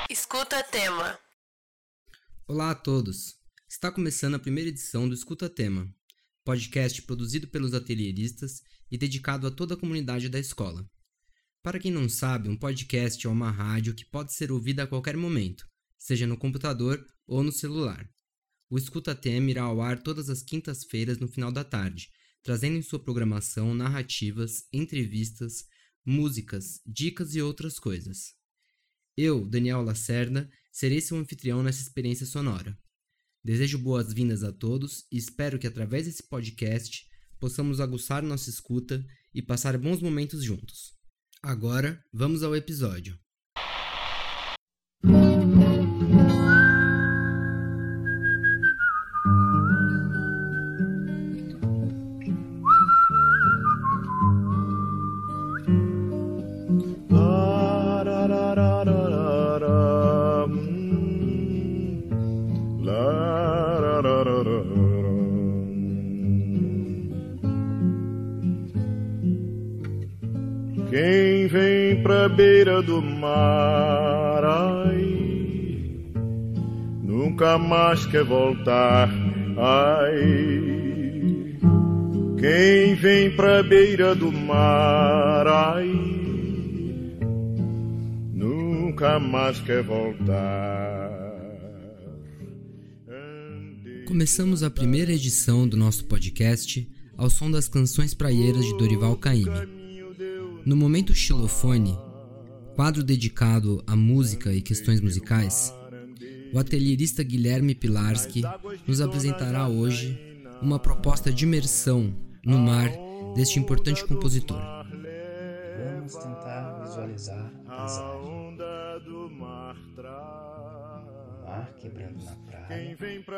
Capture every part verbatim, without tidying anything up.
Escuta Tema. Olá a todos! Está começando a primeira edição do Escuta Tema, podcast produzido pelos atelieristas e dedicado a toda a comunidade da escola. Para quem não sabe, um podcast é uma rádio que pode ser ouvida a qualquer momento, seja no computador ou no celular. O Escuta Tema irá ao ar todas as quintas-feiras no final da tarde, trazendo em sua programação narrativas, entrevistas, músicas, dicas e outras coisas. Eu, Daniel Lacerda, serei seu anfitrião nessa experiência sonora. Desejo boas-vindas a todos e espero que através desse podcast possamos aguçar nossa escuta e passar bons momentos juntos. Agora, vamos ao episódio. Quem vem pra beira do mar, ai, nunca mais quer voltar, ai. Quem vem pra beira do mar, ai, nunca mais quer voltar. Começamos a primeira edição do nosso podcast ao som das canções praieiras de Dorival Caymmi. No momento xilofone, quadro dedicado à música e questões musicais, o atelierista Guilherme Pilarski nos apresentará hoje uma proposta de imersão no mar deste importante compositor. Vamos tentar visualizar a paisagem. O mar quebrando na praia.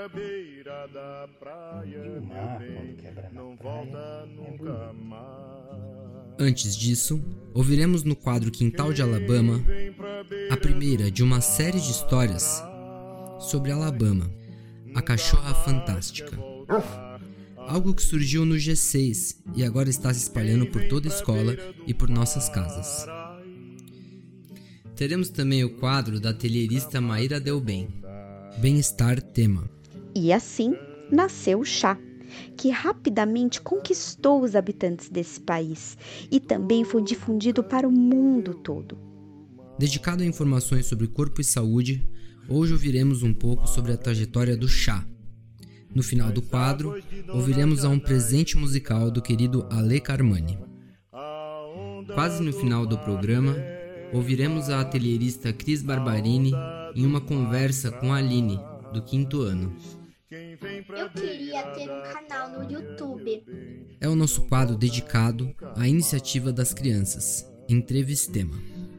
E o mar, quando quebra na praia, é bonito. Antes disso, ouviremos no quadro Quintal de Alabama a primeira de uma série de histórias sobre Alabama, a cachorra fantástica. Algo que surgiu no G seis e agora está se espalhando por toda a escola e por nossas casas. Teremos também o quadro da atelierista Maíra Delbem, Bem-Estar Tema. E assim nasceu o chá, que rapidamente conquistou os habitantes desse país e também foi difundido para o mundo todo. Dedicado a informações sobre corpo e saúde, hoje ouviremos um pouco sobre a trajetória do chá. No final do quadro, ouviremos a um presente musical do querido Ale Carmani. Quase no final do programa, ouviremos a atelierista Cris Barbarini em uma conversa com a Aline, do quinto ano. Eu queria ter um canal no YouTube. É o nosso quadro dedicado à iniciativa das crianças, Entrevistema.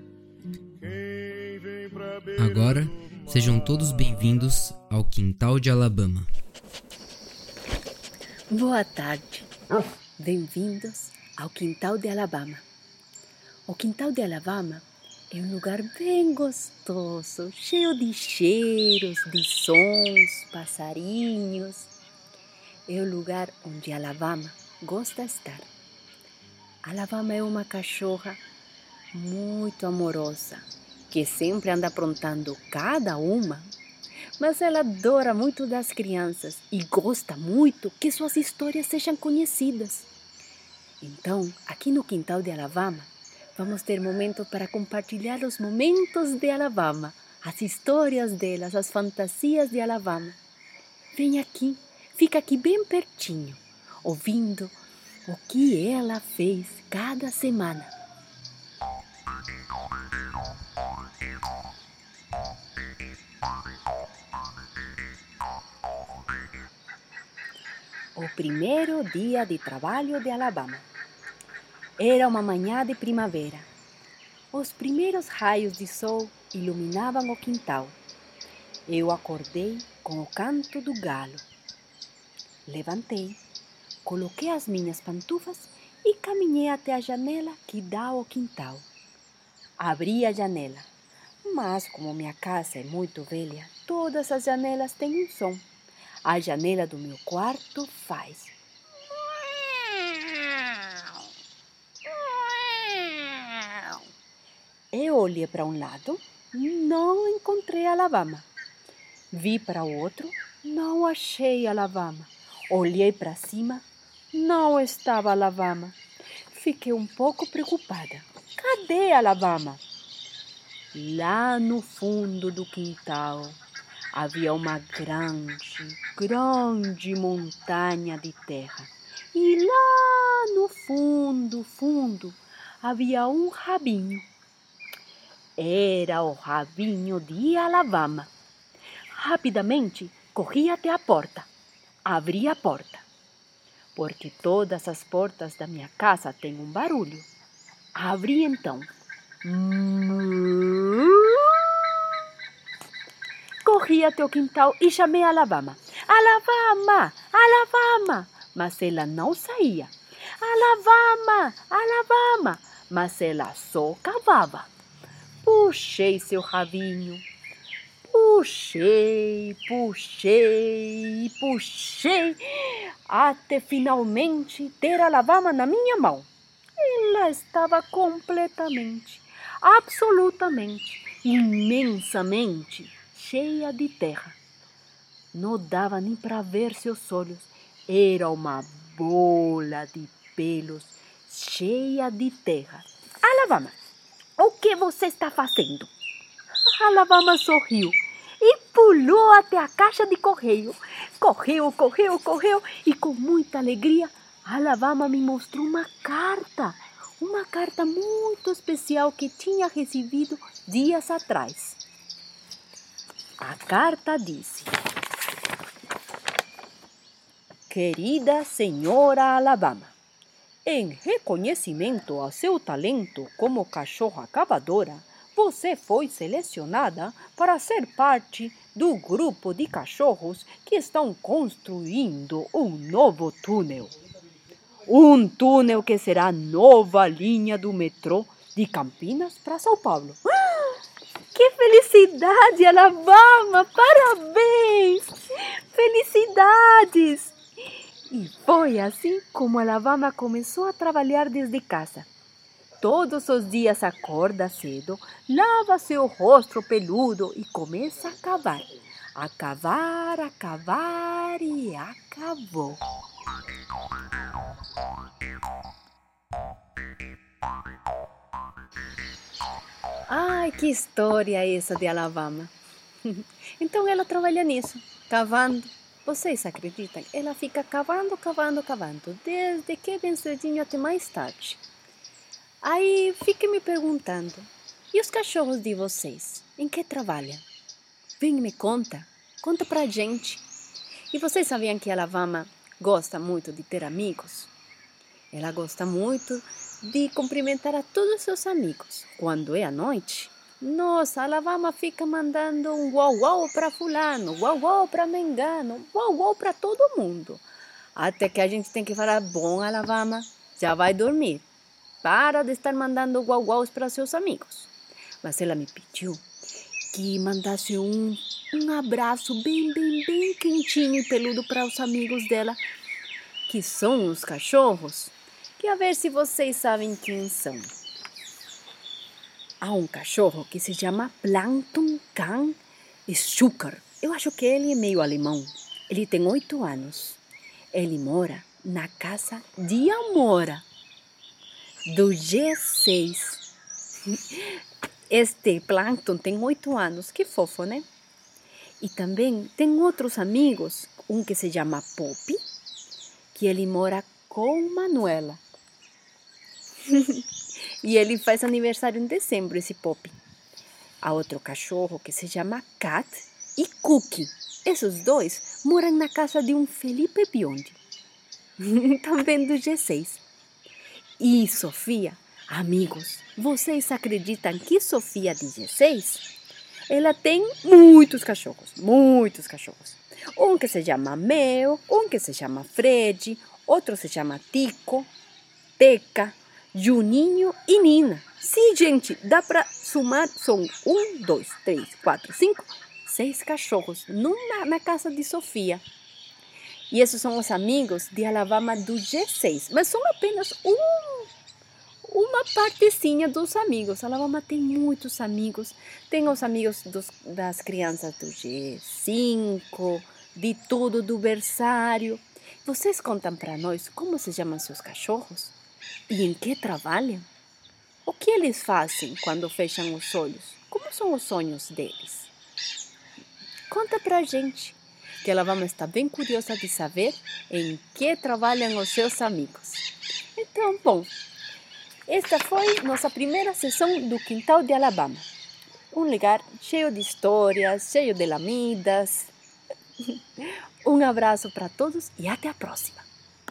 Agora, sejam todos bem-vindos ao Quintal de Alabama. Boa tarde. Bem-vindos ao Quintal de Alabama. O Quintal de Alabama é um lugar bem gostoso, cheio de cheiros, de sons, passarinhos. É o lugar onde Alabama gosta de estar. Alabama é uma cachorra muito amorosa, que sempre anda aprontando cada uma, mas ela adora muito das crianças e gosta muito que suas histórias sejam conhecidas. Então, aqui no Quintal de Alabama, vamos ter momentos para compartilhar os momentos de Alabama, as histórias delas, as fantasias de Alabama. Vem aqui, fica aqui bem pertinho, ouvindo o que ela fez cada semana. O primeiro dia de trabalho de Alabama. Era uma manhã de primavera. Os primeiros raios de sol iluminavam o quintal. Eu acordei com o canto do galo. Levantei, coloquei as minhas pantufas e caminhei até a janela que dá ao quintal. Abri a janela, mas como minha casa é muito velha, todas as janelas têm um som. A janela do meu quarto faz. Eu olhei para um lado não encontrei Alabama. Vi para o outro, não achei Alabama. Olhei para cima, não estava Alabama. Fiquei um pouco preocupada. Cadê Alabama? Lá no fundo do quintal havia uma grande, grande montanha de terra. E lá no fundo, fundo, havia um rabinho. Era o rabinho de Alabama. Rapidamente, corri até a porta. Abri a porta, porque todas as portas da minha casa têm um barulho. Abri então. Corri até o quintal e chamei a Alabama. Alabama! Alabama! Mas ela não saía. Alabama! Alabama! Mas ela só cavava. Puxei seu rabinho. Puxei, puxei, puxei, até finalmente ter Alabama na minha mão. Ela estava completamente, absolutamente, imensamente cheia de terra. Não dava nem para ver seus olhos. Era uma bola de pelos cheia de terra. Alabama, o que você está fazendo? Alabama sorriu e pulou até a caixa de correio. Correu, correu, correu e com muita alegria, Alabama me mostrou uma carta. Uma carta muito especial que tinha recebido dias atrás. A carta disse: Querida senhora Alabama, em reconhecimento ao seu talento como cachorra cavadora, você foi selecionada para ser parte do grupo de cachorros que estão construindo um novo túnel. Um túnel que será a nova linha do metrô de Campinas para São Paulo. Que felicidade, Alabama! Parabéns! Felicidades! E foi assim como Alabama começou a trabalhar desde casa. Todos os dias acorda cedo, lava seu rosto peludo e começa a cavar. A cavar, a cavar e acabou. Ai, que história essa de Alabama. Então ela trabalha nisso, cavando. Vocês acreditam? Ela fica cavando, cavando, cavando, desde que bem cedinho até mais tarde. Aí fique me perguntando, e os cachorros de vocês? Em que trabalham? Vem me conta, conta pra gente. E vocês sabiam que a Alabama gosta muito de ter amigos? Ela gosta muito de cumprimentar a todos os seus amigos. Quando é à noite, nossa, a Alabama fica mandando um uau-uau para fulano, uau-uau para mengano, uau-uau para todo mundo. Até que a gente tem que falar, bom, Alabama, já vai dormir. Para de estar mandando uau-uaus para seus amigos. Mas ela me pediu que mandasse um, um abraço bem, bem, bem quentinho e peludo para os amigos dela, que são os cachorros. E a ver se vocês sabem quem são. Há um cachorro que se chama Plankton Kahn Schucker. Eu acho que ele é meio alemão. Ele tem oito anos. Ele mora na casa de Amora, do G seis. Este Plankton tem oito anos. Que fofo, né? E também tem outros amigos. Um que se chama Poppy, que ele mora com Manuela. E ele faz aniversário em dezembro, esse Poppy. Há outro cachorro que se chama Cat e Cookie. Esses dois moram na casa de um Felipe Biondi, também do G seis. E Sofia, amigos, vocês acreditam que Sofia de G seis, ela tem muitos cachorros, muitos cachorros. Um que se chama Mel, um que se chama Fred, outro se chama Tico, Teca, Juninho e Nina. Sim, gente, dá para somar, são um, dois, três, quatro, cinco, seis cachorros numa, na casa de Sofia. E esses são os amigos de Alabama do G seis, mas são apenas um, uma partezinha dos amigos. Alabama tem muitos amigos. Tem os amigos dos, das crianças do G cinco, de tudo, do berçário. Vocês contam para nós como se chamam seus cachorros? E em que trabalham? O que eles fazem quando fecham os olhos? Como são os sonhos deles? Conta pra gente, que ela vai estar bem curiosa de saber em que trabalham os seus amigos. Então, bom, esta foi nossa primeira sessão do Quintal de Alabama. Um lugar cheio de histórias, cheio de lamidas. Um abraço para todos e até a próxima.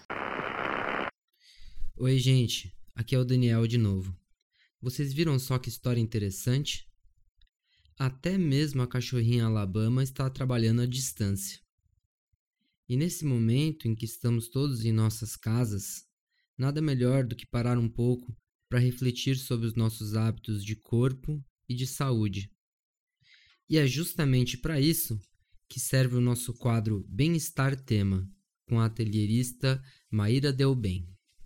Oi, gente. Aqui é o Daniel de novo. Vocês viram só que história interessante? Até mesmo a cachorrinha Alabama está trabalhando à distância. E nesse momento em que estamos todos em nossas casas, nada melhor do que parar um pouco para refletir sobre os nossos hábitos de corpo e de saúde. E é justamente para isso que serve o nosso quadro Bem-Estar Tema, com a atelierista Maíra Delbem.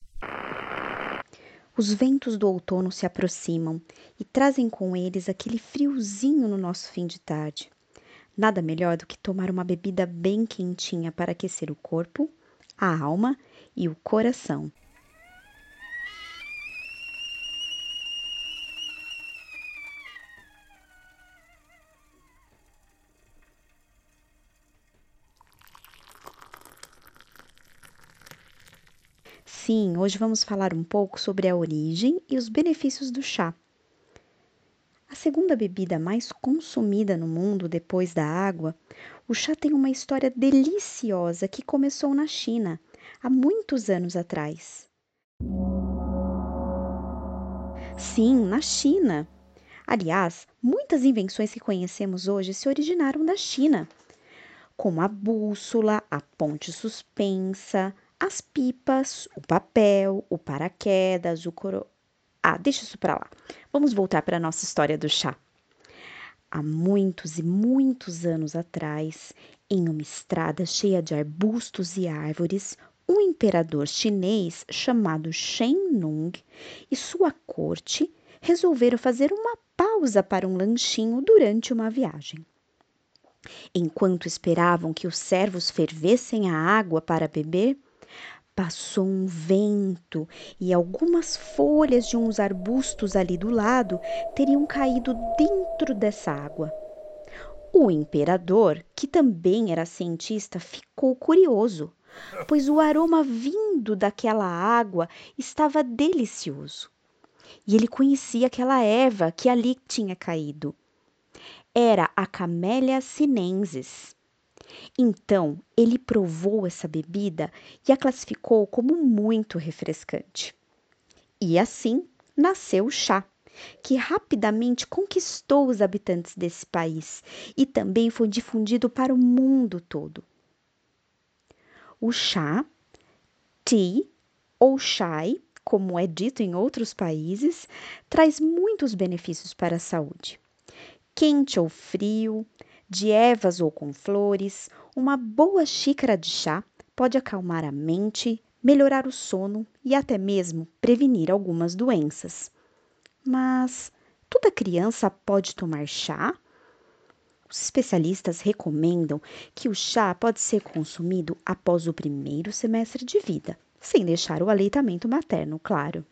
Os ventos do outono se aproximam e trazem com eles aquele friozinho no nosso fim de tarde. Nada melhor do que tomar uma bebida bem quentinha para aquecer o corpo, a alma e o coração. Sim, hoje vamos falar um pouco sobre a origem e os benefícios do chá. A segunda bebida mais consumida no mundo depois da água, o chá tem uma história deliciosa que começou na China, há muitos anos atrás. Sim, na China. Aliás, muitas invenções que conhecemos hoje se originaram da China, como a bússola, a ponte suspensa, as pipas, o papel, o paraquedas, o coro... Ah, deixa isso para lá. Vamos voltar para a nossa história do chá. Há muitos e muitos anos atrás, em uma estrada cheia de arbustos e árvores, um imperador chinês chamado Shen Nung e sua corte resolveram fazer uma pausa para um lanchinho durante uma viagem. Enquanto esperavam que os servos fervessem a água para beber, passou um vento e algumas folhas de uns arbustos ali do lado teriam caído dentro dessa água. O imperador, que também era cientista, ficou curioso, pois o aroma vindo daquela água estava delicioso. E ele conhecia aquela erva que ali tinha caído. Era a Camellia sinensis. Então, ele provou essa bebida e a classificou como muito refrescante. E assim nasceu o chá, que rapidamente conquistou os habitantes desse país e também foi difundido para o mundo todo. O chá, tea ou chai, como é dito em outros países, traz muitos benefícios para a saúde. Quente ou frio, de ervas ou com flores, uma boa xícara de chá pode acalmar a mente, melhorar o sono e até mesmo prevenir algumas doenças. Mas toda criança pode tomar chá? Os especialistas recomendam que o chá pode ser consumido após o primeiro semestre de vida, sem deixar o aleitamento materno, claro.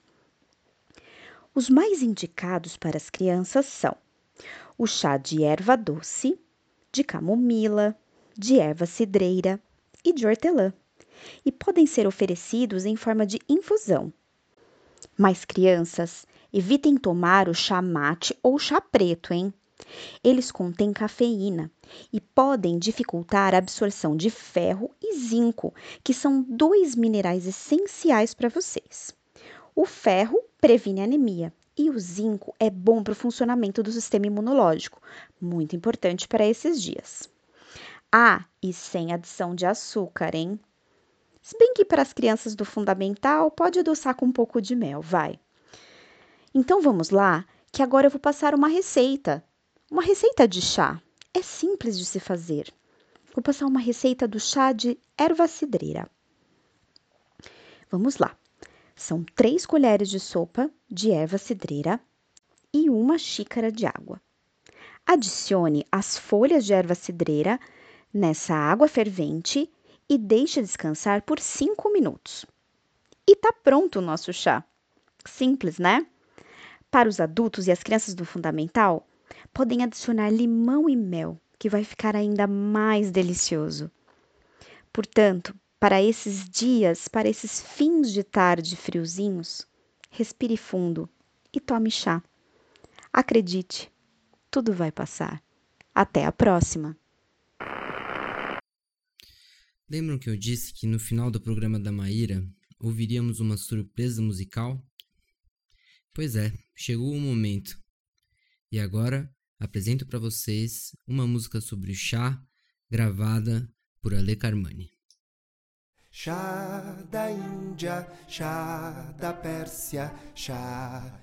Os mais indicados para as crianças são o chá de erva doce, de camomila, de erva cidreira e de hortelã, e podem ser oferecidos em forma de infusão. Mas crianças, evitem tomar o chá mate ou chá preto, hein? Eles contêm cafeína e podem dificultar a absorção de ferro e zinco, que são dois minerais essenciais para vocês. O ferro previne anemia e o zinco é bom para o funcionamento do sistema imunológico, muito importante para esses dias. Ah, e sem adição de açúcar, hein? Se bem que para as crianças do fundamental pode adoçar com um pouco de mel, vai. Então vamos lá, que agora eu vou passar uma receita. Uma receita de chá. É simples de se fazer. Vou passar uma receita do chá de erva cidreira. Vamos lá. São três colheres de sopa de erva cidreira e uma xícara de água. Adicione as folhas de erva cidreira nessa água fervente e deixe descansar por cinco minutos. E tá pronto o nosso chá. Simples, né? Para os adultos e as crianças do fundamental, podem adicionar limão e mel, que vai ficar ainda mais delicioso. Portanto, para esses dias, para esses fins de tarde friozinhos, respire fundo e tome chá. Acredite, tudo vai passar. Até a próxima! Lembram que eu disse que no final do programa da Maíra ouviríamos uma surpresa musical? Pois é, chegou o momento. E agora apresento para vocês uma música sobre o chá, gravada por Ale Carmani. Chá da Índia, chá da Pérsia, chá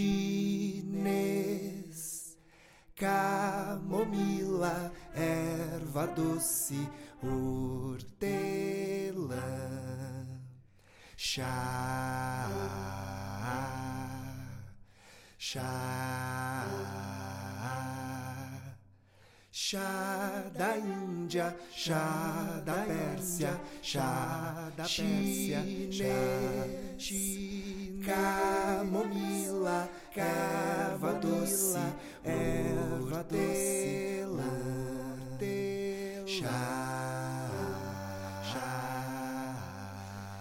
chinês, camomila, erva doce, hortelã, chá, chá, chá da Índia, chá da Pérsia, chá da Pérsia, chinês, camomila, erva doce, erva doce, chá, chá,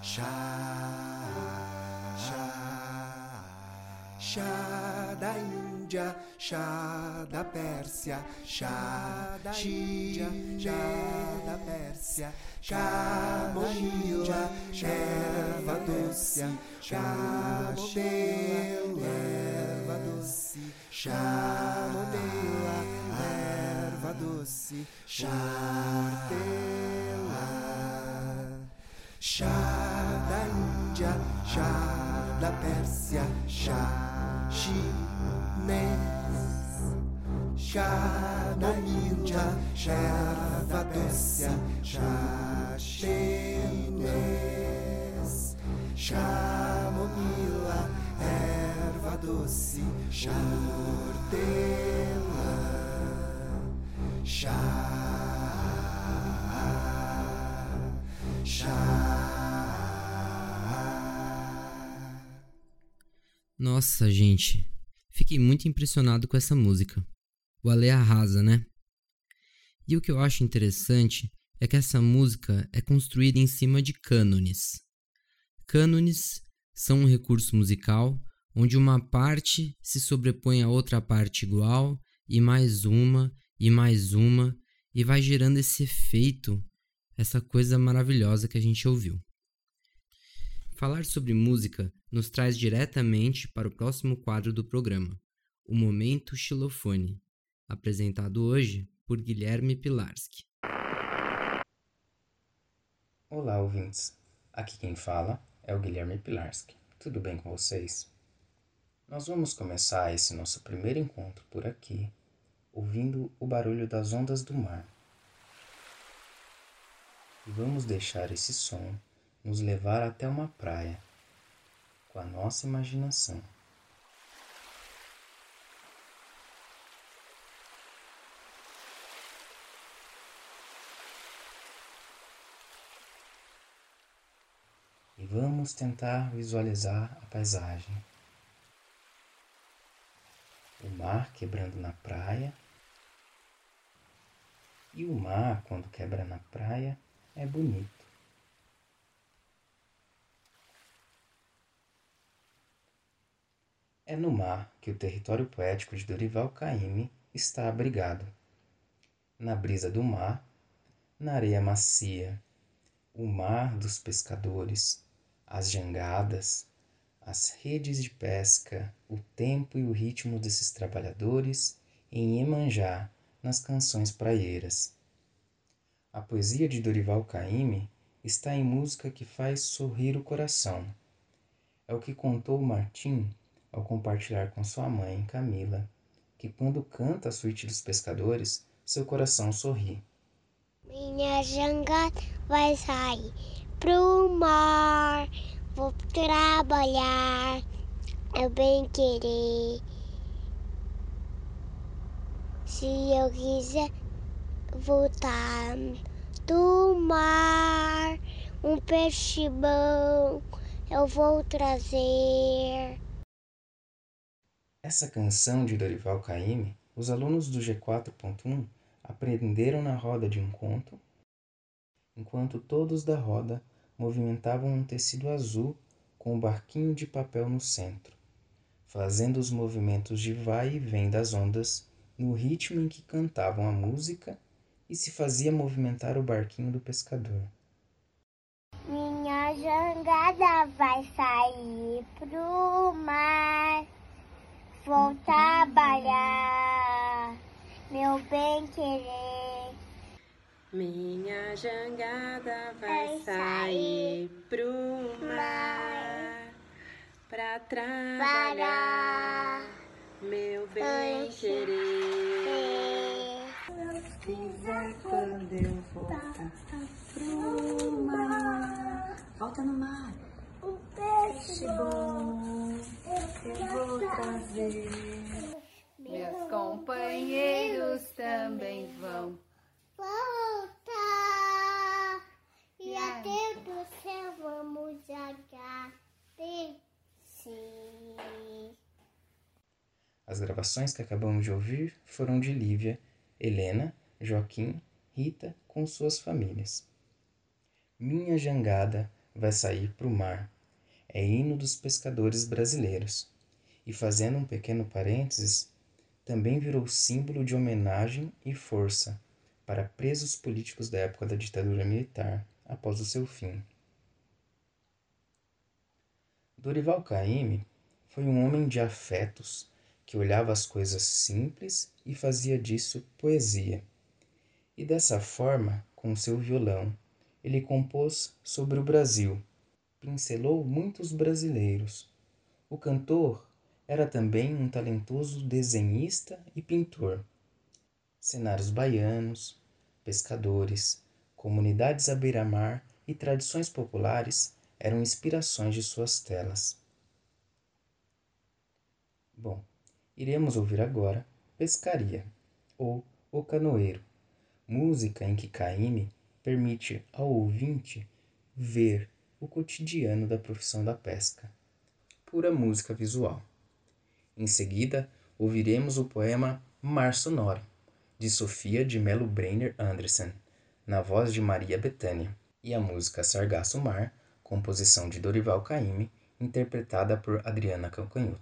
chá, chá, chá da Índia, chá da Pérsia, chá da Índia, chá da Pérsia, camomila, erva doce, camomila, erva doce, camomila, erva doce, hortelã, chá da Índia, chá da Pérsia, chá chinês, camomila, erva doce, chá chinês, camomila, erva doce, hortelã, chá, chá. Nossa, gente, fiquei muito impressionado com essa música. O Ale arrasa, né? E o que eu acho interessante é que essa música é construída em cima de cânones. Cânones são um recurso musical onde uma parte se sobrepõe a outra parte igual, e mais uma, e mais uma, e vai gerando esse efeito, essa coisa maravilhosa que a gente ouviu. Falar sobre música nos traz diretamente para o próximo quadro do programa, o Momento Xilofone, apresentado hoje por Guilherme Pilarski. Olá, ouvintes. Aqui quem fala é o Guilherme Pilarski. Tudo bem com vocês? Nós vamos começar esse nosso primeiro encontro por aqui, ouvindo o barulho das ondas do mar. E vamos deixar esse som nos levar até uma praia, com a nossa imaginação. E vamos tentar visualizar a paisagem. O mar quebrando na praia. E o mar, quando quebra na praia, é bonito. É no mar que o território poético de Dorival Caymmi está abrigado. Na brisa do mar, na areia macia, o mar dos pescadores, as jangadas, as redes de pesca, o tempo e o ritmo desses trabalhadores em Iemanjá, nas canções praieiras. A poesia de Dorival Caymmi está em música que faz sorrir o coração. É o que contou Martim ao compartilhar com sua mãe, Camila, que quando canta a suíte dos pescadores, seu coração sorri. Minha jangada vai sair pro mar, vou trabalhar, eu bem querer. Se eu quiser voltar do mar, um peixe bom eu vou trazer. Essa canção de Dorival Caymmi, os alunos do G quatro ponto um aprenderam na roda de um conto, enquanto todos da roda movimentavam um tecido azul com o barquinho de papel no centro, fazendo os movimentos de vai e vem das ondas no ritmo em que cantavam a música e se fazia movimentar o barquinho do pescador. Minha jangada vai sair pro mar, vou trabalhar, meu bem querer. Minha jangada vai sair pro mar pra trabalhar, meu bem querer. Se quiser quando eu voltar pro mar, volta no mar, um peixe bom eu vou trazer. Meus companheiros também vão voltar e até do céu vamos agradecer. As gravações que acabamos de ouvir foram de Lívia, Helena, Joaquim, Rita com suas famílias. Minha jangada vai sair pro mar é hino dos pescadores brasileiros e, fazendo um pequeno parênteses, também virou símbolo de homenagem e força para presos políticos da época da ditadura militar após o seu fim. Dorival Caymmi foi um homem de afetos que olhava as coisas simples e fazia disso poesia. E dessa forma, com seu violão, ele compôs sobre o Brasil, pincelou muitos brasileiros. O cantor era também um talentoso desenhista e pintor. Cenários baianos, pescadores, comunidades à beira-mar e tradições populares eram inspirações de suas telas. Bom, iremos ouvir agora Pescaria, ou O Canoeiro, música em que Caymmi permite ao ouvinte ver o cotidiano da profissão da pesca. Pura música visual. Em seguida, ouviremos o poema Mar Sonoro, de Sofia de Mello Brenner Andersen, na voz de Maria Bethânia, e a música Sargasso Mar, composição de Dorival Caymmi, interpretada por Adriana Calcanhoto.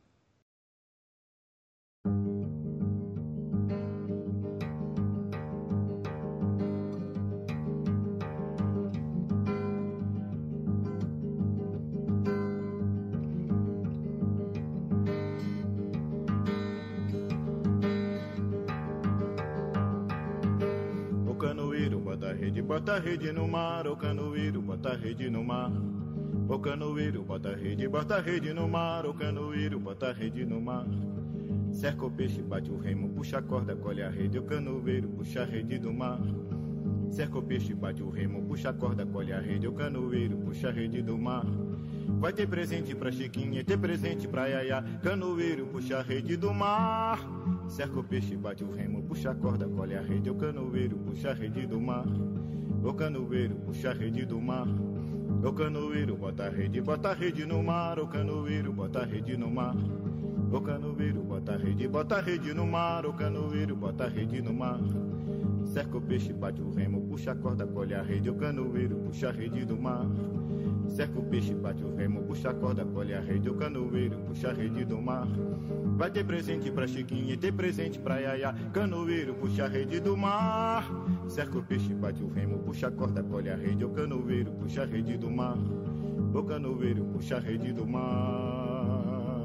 Bota a rede no mar, o canoeiro, bota a rede no mar. O canoeiro, bota a rede, bota a rede no mar, o canoeiro, bota a rede no mar. Cerca o peixe, bate o remo, puxa a corda, colhe a rede, o canoeiro, puxa a rede do mar. Cerca o peixe, bate o remo, puxa a corda, colhe a rede, o canoeiro, puxa a rede do mar. Vai ter presente pra Chiquinha, ter presente pra Yaya, canoeiro, puxa a rede do mar. Cerca o peixe, bate o remo, puxa a corda, colhe a rede, o canoeiro, puxa a rede do mar. O canoeiro, puxa a rede do mar. O canoeiro, bota a rede, bota a rede no mar. O canoeiro, bota a rede no mar. O canoeiro, bota a rede, bota a rede no mar. O canoeiro, bota a rede no mar. Cerca o peixe, bate o remo, puxa a corda, colhe a rede. O canoeiro, puxa a rede do mar. Cerca o peixe, bate o remo, puxa a corda, colhe a rede. O canoeiro, puxa a rede do mar. Vai ter presente pra Chiquinha, ter presente pra Yaya, canoeiro, puxa a rede do mar. Cerca o peixe, bate o remo, puxa a corda, colhe a rede. O canoeiro, puxa a rede do mar. O canoeiro, puxa a rede do mar.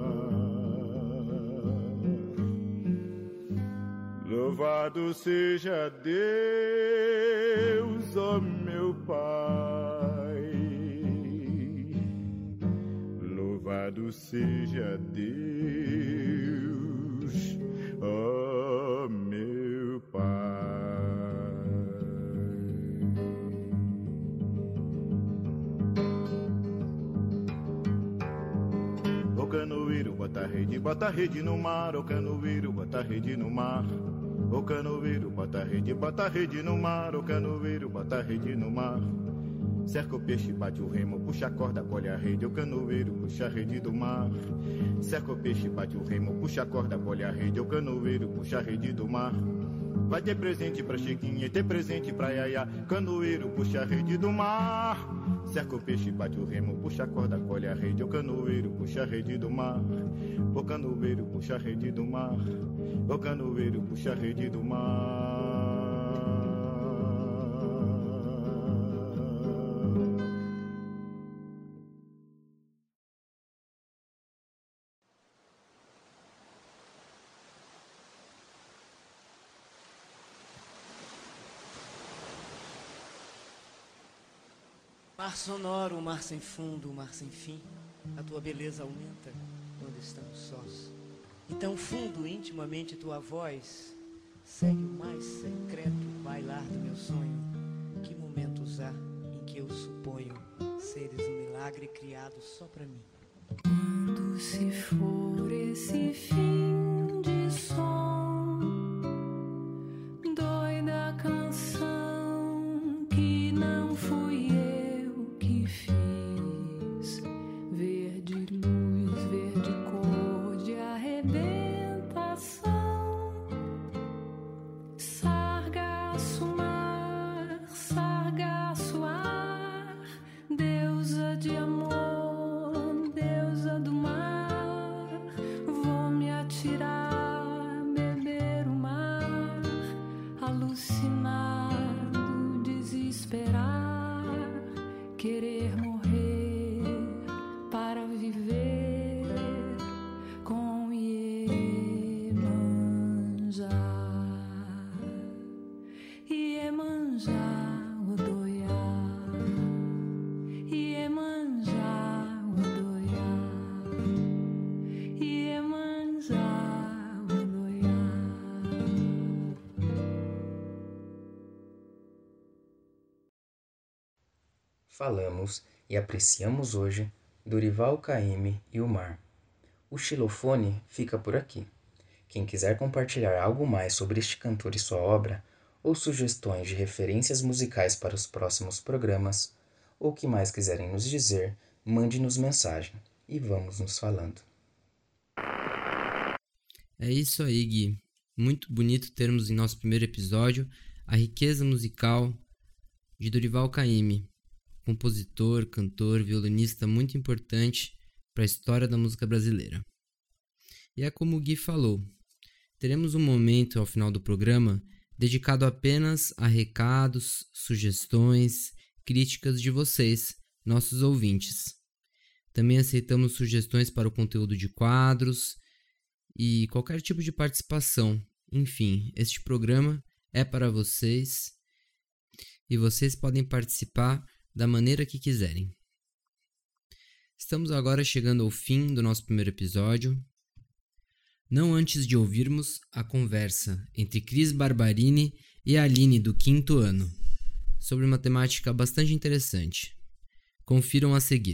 Louvado seja Deus, ó meu Pai. Louvado seja Deus, ó meu Pai. canoeiro, bota a rede, bota a rede no mar, o canoeiro, bota a rede no mar. O canoeiro, bota a rede, bota a rede no mar, o canoeiro, bota a rede no mar. Cerca o peixe, bate o remo, puxa a corda, colhe a rede, o canoeiro, puxa a rede do mar. Cerca o peixe, bate o remo, puxa a corda, colhe a rede, o canoeiro, puxa a rede do mar. Vai ter presente pra Chiquinha, ter presente pra Yaya, canoeiro, puxa a rede do mar. Cerca o peixe, bate o remo, puxa a corda, colhe a rede, o canoeiro, puxa a rede do mar. O canoeiro, puxa a rede do mar. O canoeiro, puxa a rede do mar. Mar sonoro, mar sem fundo, mar sem fim, a tua beleza aumenta quando estamos sós. E tão fundo, intimamente, tua voz segue o mais secreto bailar do meu sonho. Que momentos há em que eu suponho seres um milagre criado só pra mim. Quando se for esse fim de som, doida canção que não fui eu que fiz, verde luz, verde cor de arrebentação, sargaço mar, sargaço ar, deusa de amor, deusa do mar, vou me atirar, beber o mar, alucinado, desesperar, querer morrer para viver com Iemanjá. Iemanjá, Odoiá. Iemanjá, Odoiá. Iemanjá, Odoiá. Falamos e apreciamos hoje Dorival Caymmi e o mar. O xilofone fica por aqui. Quem quiser compartilhar algo mais sobre este cantor e sua obra, ou sugestões de referências musicais para os próximos programas, ou o que mais quiserem nos dizer, mande-nos mensagem e vamos nos falando. É isso aí, Gui. Muito bonito termos em nosso primeiro episódio a riqueza musical de Dorival Caymmi, compositor, cantor, violinista muito importante para a história da música brasileira. E é como o Gui falou, teremos um momento ao final do programa dedicado apenas a recados, sugestões, críticas de vocês, nossos ouvintes. Também aceitamos sugestões para o conteúdo de quadros e qualquer tipo de participação. Enfim, este programa é para vocês e vocês podem participar da maneira que quiserem. Estamos agora chegando ao fim do nosso primeiro episódio. Não antes de ouvirmos a conversa entre Cris Barbarini e Aline do quinto ano, sobre uma temática bastante interessante. Confiram a seguir.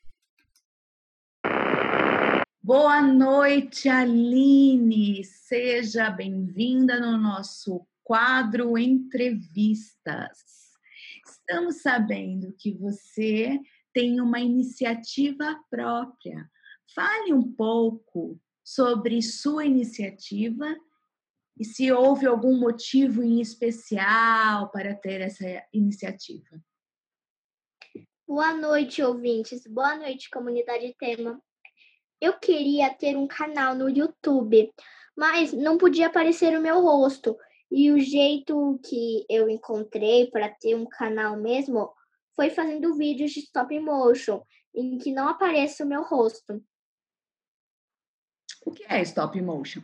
Boa noite, Aline! Seja bem-vinda no nosso quadro Entrevistas. Estamos sabendo que você tem uma iniciativa própria. Fale um pouco sobre sua iniciativa e se houve algum motivo em especial para ter essa iniciativa. Boa noite, ouvintes. Boa noite, comunidade Tema. Eu queria ter um canal no YouTube, mas não podia aparecer o meu rosto. E o jeito que eu encontrei para ter um canal mesmo foi fazendo vídeos de stop motion, em que não aparece o meu rosto. O que é stop motion?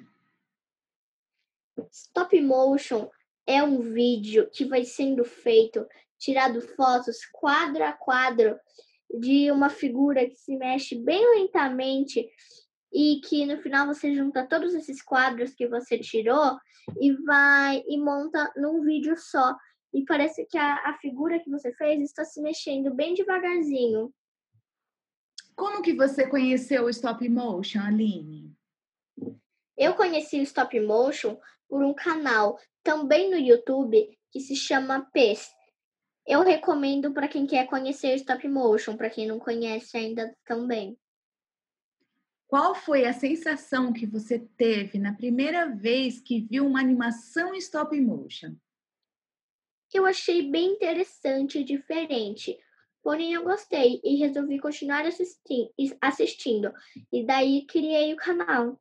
Stop motion é um vídeo que vai sendo feito, tirado fotos quadro a quadro de uma figura que se mexe bem lentamente e que no final você junta todos esses quadros que você tirou e vai e monta num vídeo só. E parece que a, a figura que você fez está se mexendo bem devagarzinho. Como que você conheceu o stop motion, Aline? Eu conheci o stop motion por um canal também no YouTube que se chama P E S. Eu recomendo para quem quer conhecer o stop motion, para quem não conhece ainda também. Qual foi a sensação que você teve na primeira vez que viu uma animação em stop motion? Eu achei bem interessante e diferente, porém eu gostei e resolvi continuar assisti- assistindo. E daí criei o canal.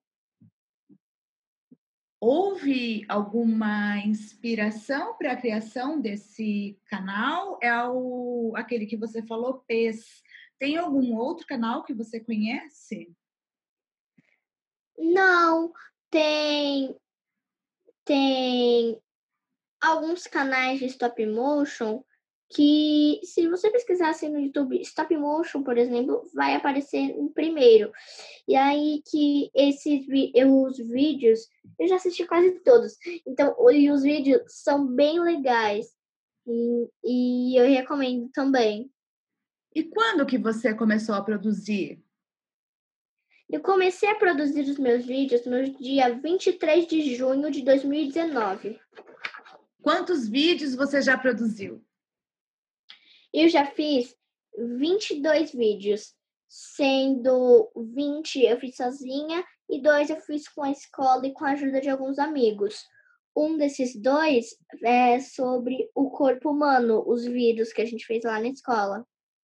Houve alguma inspiração para a criação desse canal? É o, aquele que você falou, P E S. Tem algum outro canal que você conhece? Não, tem tem alguns canais de stop motion que, se você pesquisar assim no YouTube, stop motion, por exemplo, vai aparecer em primeiro. E aí que esses vi- os vídeos, eu já assisti quase todos. Então, e os vídeos são bem legais. E, e eu recomendo também. E quando que você começou a produzir? Eu comecei a produzir os meus vídeos no dia vinte e três de junho de dois mil e dezenove. Quantos vídeos você já produziu? Eu já fiz vinte e dois vídeos, sendo vinte eu fiz sozinha e dois eu fiz com a escola e com a ajuda de alguns amigos. Um desses dois é sobre o corpo humano, os vídeos que a gente fez lá na escola.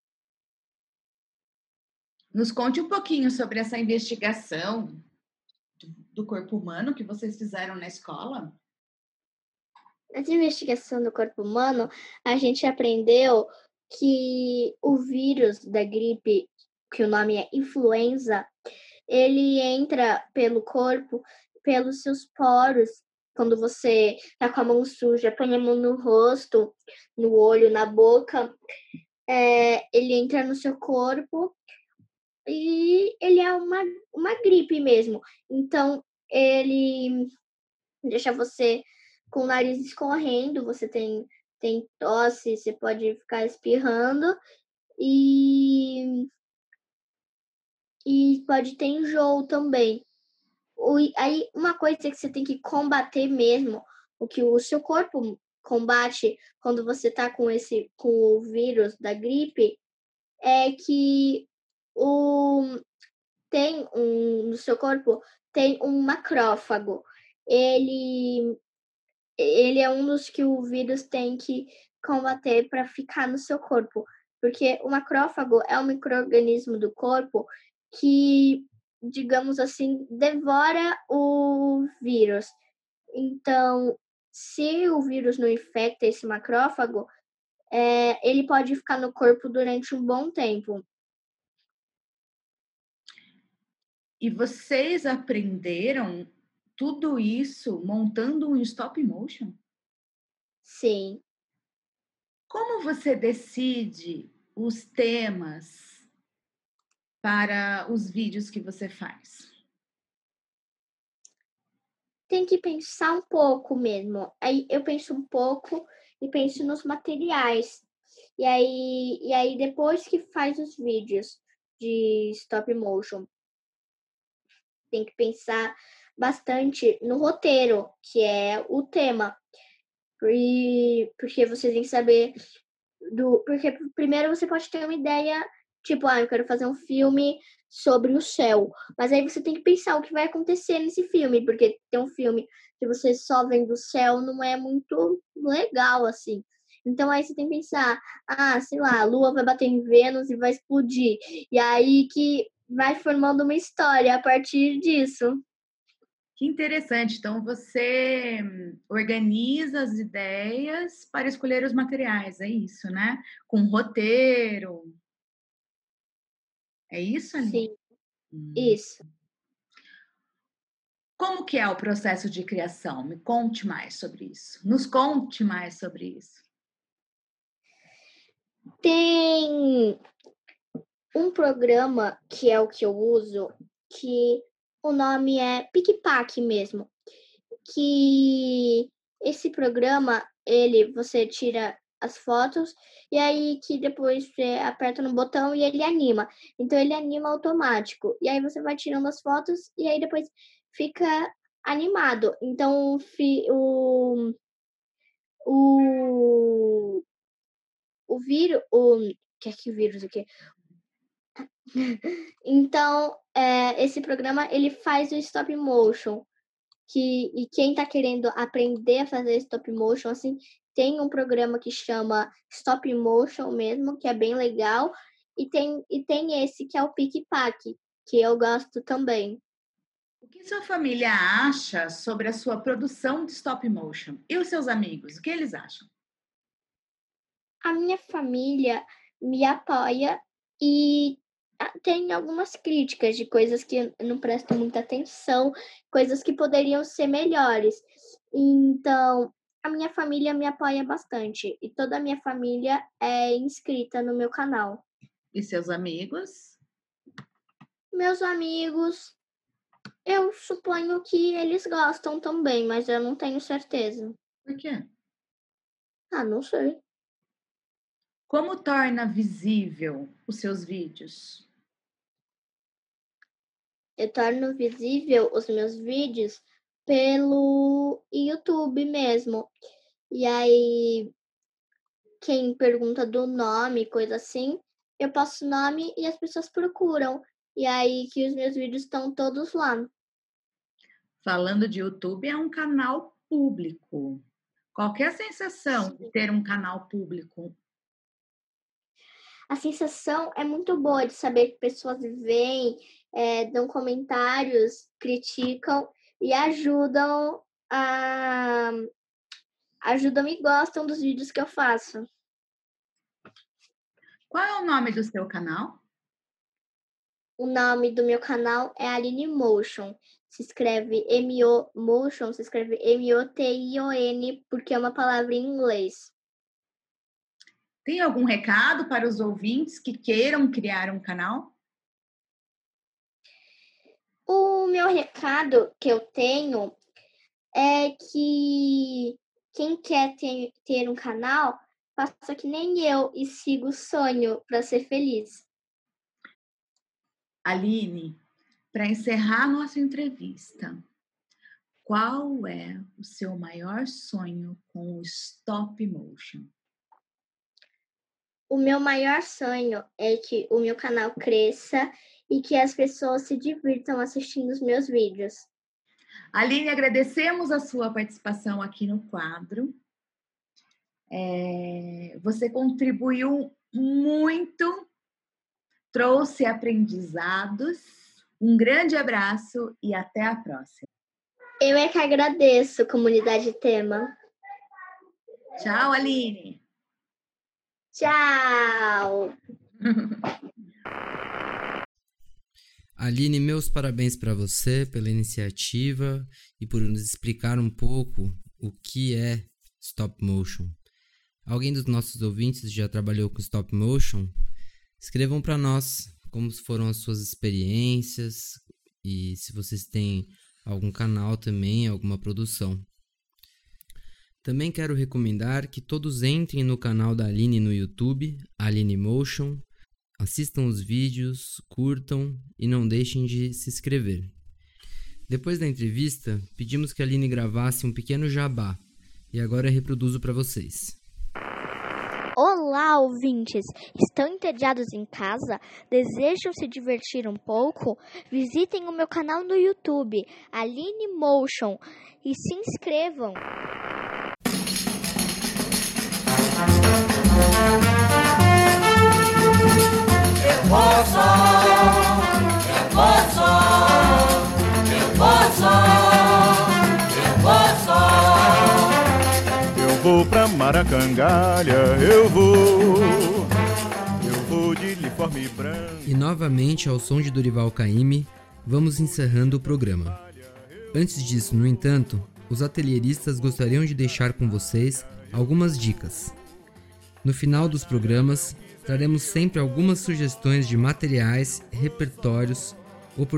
Nos conte um pouquinho sobre essa investigação do corpo humano que vocês fizeram na escola. Nessa investigação do corpo humano, a gente aprendeu que o vírus da gripe, que o nome é influenza, ele entra pelo corpo, pelos seus poros. Quando você tá com a mão suja, põe a mão no rosto, no olho, na boca, é, ele entra no seu corpo e ele é uma, uma gripe mesmo. Então, ele deixa você com o nariz escorrendo, você tem, tem tosse, você pode ficar espirrando e, e pode ter enjoo também. O, aí, uma coisa que você tem que combater mesmo, o que o seu corpo combate quando você tá com esse com o vírus da gripe, é que o, tem um, no seu corpo tem um macrófago. Ele ele é um dos que o vírus tem que combater para ficar no seu corpo. Porque o macrófago é um micro-organismo do corpo que, digamos assim, devora o vírus. Então, se o vírus não infecta esse macrófago, é, ele pode ficar no corpo durante um bom tempo. E vocês aprenderam tudo isso montando um stop motion? Sim. Como você decide os temas para os vídeos que você faz? Tem que pensar um pouco mesmo. Aí eu penso um pouco e penso nos materiais. E aí, e aí depois que faz os vídeos de stop motion, tem que pensar bastante no roteiro, que é o tema. E, porque você tem que saber do. Porque primeiro você pode ter uma ideia, tipo, ah, eu quero fazer um filme sobre o céu. Mas aí você tem que pensar o que vai acontecer nesse filme, porque ter um filme que você só vem do céu não é muito legal, assim. Então aí você tem que pensar, ah, sei lá, a Lua vai bater em Vênus e vai explodir. E aí que vai formando uma história a partir disso. Que interessante. Então, você organiza as ideias para escolher os materiais, é isso, né? Com roteiro. É isso, Aline? Sim, hum. Isso. Como que é o processo de criação? Me conte mais sobre isso. Nos conte mais sobre isso. Tem um programa que é o que eu uso, que o nome é PicPac mesmo. Que esse programa, ele, você tira as fotos, e aí que depois você aperta no botão e ele anima. Então ele anima automático. E aí você vai tirando as fotos e aí depois fica animado. Então o o o vírus, o que é que vírus o quê? Então, é, esse programa ele faz o stop motion, que e quem tá querendo aprender a fazer stop motion assim, tem um programa que chama Stop Motion mesmo, que é bem legal, e tem e tem esse que é o PicPac, que eu gosto também. O que sua família acha sobre a sua produção de stop motion? E os seus amigos, o que eles acham? A minha família me apoia e tem algumas críticas de coisas que eu não presto muita atenção, coisas que poderiam ser melhores. Então, a minha família me apoia bastante e toda a minha família é inscrita no meu canal. E seus amigos? Meus amigos, eu suponho que eles gostam também, mas eu não tenho certeza. Por quê? Ah, não sei. Como torna visível os seus vídeos? Eu torno visível os meus vídeos pelo YouTube mesmo. E aí, quem pergunta do nome, coisa assim, eu passo o nome e as pessoas procuram. E aí que os meus vídeos estão todos lá. Falando de YouTube, é um canal público. Qual que é a sensação de ter um canal público? A sensação é muito boa de saber que pessoas veem, é, dão comentários, criticam e ajudam a ajudam e gostam dos vídeos que eu faço. Qual é o nome do seu canal? O nome do meu canal é Aline Motion. Se escreve M O Motion, se escreve M O T I O N, porque é uma palavra em inglês. Tem algum recado para os ouvintes que queiram criar um canal? O meu recado que eu tenho é que quem quer ter, ter um canal, faça que nem eu e siga o sonho para ser feliz. Aline, para encerrar nossa entrevista, qual é o seu maior sonho com o stop motion? O meu maior sonho é que o meu canal cresça e que as pessoas se divirtam assistindo os meus vídeos. Aline, agradecemos a sua participação aqui no quadro. É, você contribuiu muito, trouxe aprendizados. Um grande abraço e até a próxima. Eu é que agradeço, Comunidade Tema. Tchau, Aline. Tchau! Aline, meus parabéns para você pela iniciativa e por nos explicar um pouco o que é stop motion. Alguém dos nossos ouvintes já trabalhou com stop motion? Escrevam para nós como foram as suas experiências e se vocês têm algum canal também, alguma produção. Também quero recomendar que todos entrem no canal da Aline no YouTube, Aline Motion, assistam os vídeos, curtam e não deixem de se inscrever. Depois da entrevista, pedimos que a Aline gravasse um pequeno jabá e agora eu reproduzo para vocês. Olá, ouvintes! Estão entediados em casa? Desejam se divertir um pouco? Visitem o meu canal no YouTube, Aline Motion, e se inscrevam! Eu posso, eu posso, eu posso, eu posso. Eu vou pra Maracangalha, eu vou, eu vou de uniforme branco. E novamente, ao som de Dorival Caymmi, vamos encerrando o programa. Antes disso, no entanto, os atelieristas gostariam de deixar com vocês algumas dicas. No final dos programas, traremos sempre algumas sugestões de materiais, repertórios,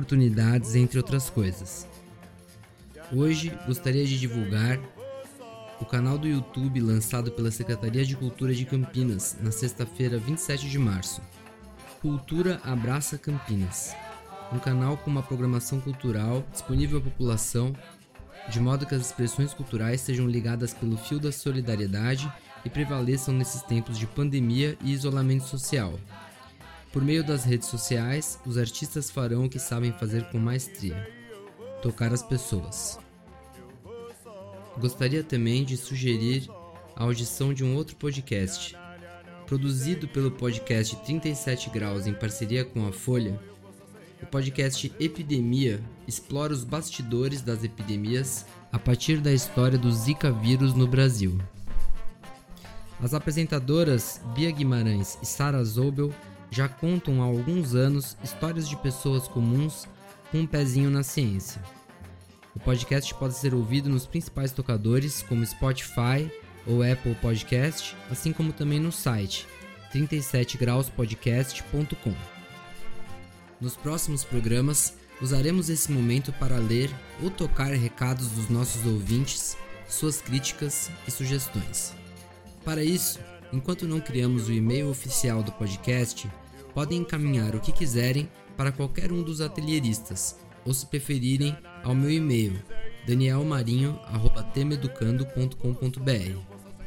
oportunidades, entre outras coisas. Hoje, gostaria de divulgar o canal do YouTube lançado pela Secretaria de Cultura de Campinas na sexta-feira, vinte e sete de março. Cultura Abraça Campinas, um canal com uma programação cultural disponível à população, de modo que as expressões culturais sejam ligadas pelo fio da solidariedade e prevaleçam nesses tempos de pandemia e isolamento social. Por meio das redes sociais, os artistas farão o que sabem fazer com maestria: tocar as pessoas. Gostaria também de sugerir a audição de um outro podcast. Produzido pelo podcast trinta e sete graus em parceria com a Folha, o podcast Epidemia explora os bastidores das epidemias a partir da história do Zika vírus no Brasil. As apresentadoras Bia Guimarães e Sara Zobel já contam há alguns anos histórias de pessoas comuns com um pezinho na ciência. O podcast pode ser ouvido nos principais tocadores como Spotify ou Apple Podcast, assim como também no site trinta e sete graus podcast ponto com. Nos próximos programas, usaremos esse momento para ler ou tocar recados dos nossos ouvintes, suas críticas e sugestões. Para isso, enquanto não criamos o e-mail oficial do podcast, podem encaminhar o que quiserem para qualquer um dos atelieristas, ou se preferirem, ao meu e-mail, daniel marinho arroba temeducando ponto com ponto b r.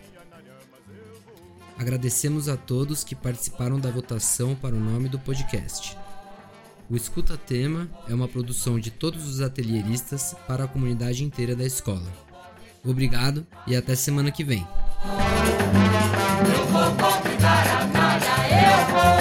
Agradecemos a todos que participaram da votação para o nome do podcast. O Escuta Tema é uma produção de todos os atelieristas para a comunidade inteira da escola. Obrigado e até semana que vem. Eu vou convidar a nada, eu vou.